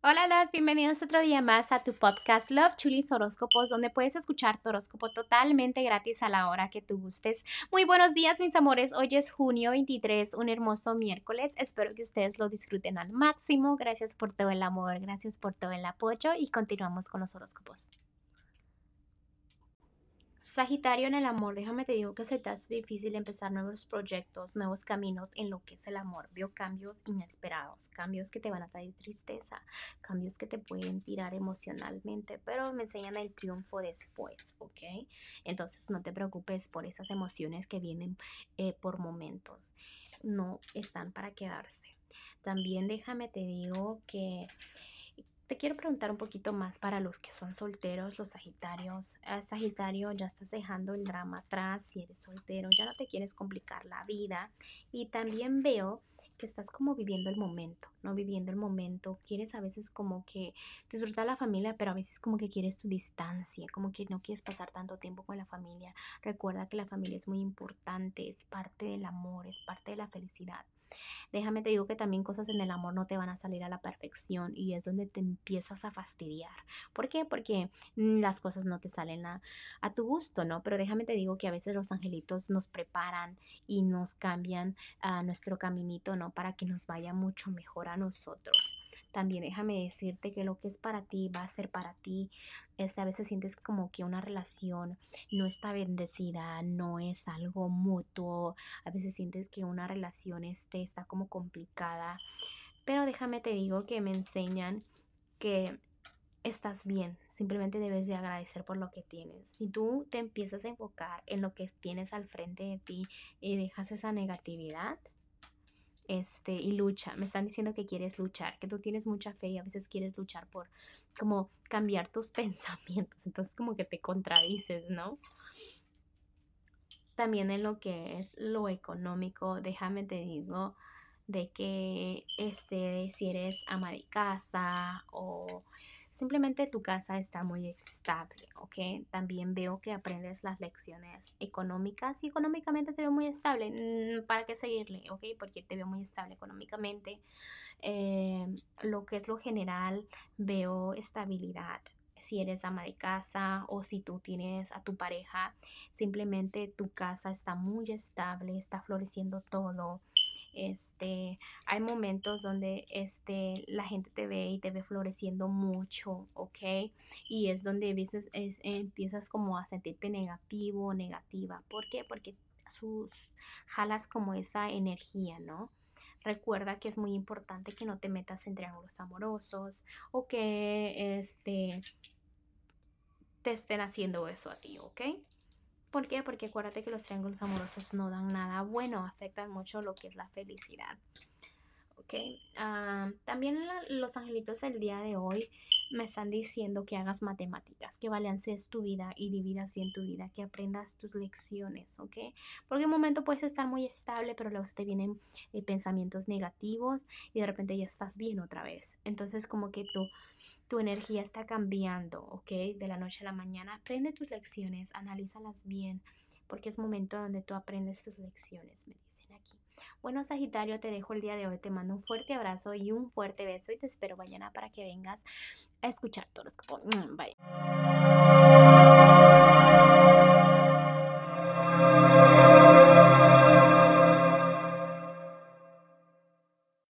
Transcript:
Hola, las bienvenidos otro día más a tu podcast Love Chulis Horóscopos, donde puedes escuchar tu horóscopo totalmente gratis a la hora que tú gustes. Muy buenos días, mis amores. Hoy es junio 23, un hermoso miércoles. Espero que ustedes lo disfruten al máximo. Gracias por todo el amor, gracias por todo el apoyo y continuamos con los horóscopos. Sagitario, en el amor, déjame te digo que se te hace difícil empezar nuevos proyectos, nuevos caminos en lo que es el amor. Veo cambios inesperados, cambios que te van a traer tristeza, cambios que te pueden tirar emocionalmente, pero me enseñan el triunfo después, ¿ok? Entonces no te preocupes por esas emociones que vienen por momentos, no están para quedarse. También déjame te digo que te quiero preguntar un poquito más para los que son solteros, los Sagitarios. Sagitario, ya estás dejando el drama atrás. Si eres soltero, ya no te quieres complicar la vida. Y también veo que estás como viviendo el momento, ¿no? Viviendo el momento. Quieres a veces como que disfrutar la familia, pero a veces como que quieres tu distancia, como que no quieres pasar tanto tiempo con la familia. Recuerda que la familia es muy importante, es parte del amor, es parte de la felicidad. Déjame te digo que también cosas en el amor no te van a salir a la perfección y es donde te empiezas a fastidiar. ¿Por qué? Porque las cosas no te salen a tu gusto, ¿no? Pero déjame te digo que a veces los angelitos nos preparan y nos cambian a nuestro caminito, ¿no? Para que nos vaya mucho mejor a nosotros. También déjame decirte que lo que es para ti va a ser para ti. A veces sientes como que una relación no está bendecida, no es algo mutuo, a veces sientes que una relación está como complicada, pero déjame te digo que me enseñan que estás bien, simplemente debes de agradecer por lo que tienes. Si tú te empiezas a enfocar en lo que tienes al frente de ti y dejas esa negatividad, y lucha, me están diciendo que quieres luchar, que tú tienes mucha fe y a veces quieres luchar por como cambiar tus pensamientos, entonces como que te contradices, ¿no? También en lo que es lo económico, déjame te digo de que si eres ama de casa o simplemente tu casa está muy estable, ¿ok? También veo que aprendes las lecciones económicas y económicamente te veo muy estable. ¿Para qué seguirle, ok? Porque te veo muy estable económicamente. Lo que es lo general, veo estabilidad. Si eres ama de casa o si tú tienes a tu pareja, simplemente tu casa está muy estable, está floreciendo todo. Hay momentos donde la gente te ve y te ve floreciendo mucho, ¿ok? Y es donde empiezas como a sentirte negativo o negativa. ¿Por qué? Porque jalas como esa energía, ¿no? Recuerda que es muy importante que no te metas en triángulos amorosos o que te estén haciendo eso a ti, ¿ok? ¿Por qué? Porque acuérdate que los triángulos amorosos no dan nada bueno, afectan mucho lo que es la felicidad. ¿Ok? También los angelitos del día de hoy me están diciendo que hagas matemáticas, que balancees tu vida y dividas bien tu vida, que aprendas tus lecciones, ¿ok? Porque en un momento puedes estar muy estable, pero luego se te vienen pensamientos negativos y de repente ya estás bien otra vez. Entonces como que tu energía está cambiando, ¿ok? De la noche a la mañana. Aprende tus lecciones, analízalas bien, porque es momento donde tú aprendes tus lecciones, me dicen aquí. Bueno, Sagitario, te dejo el día de hoy. Te mando un fuerte abrazo y un fuerte beso y te espero mañana para que vengas a escuchar tu horóscopo. Bye.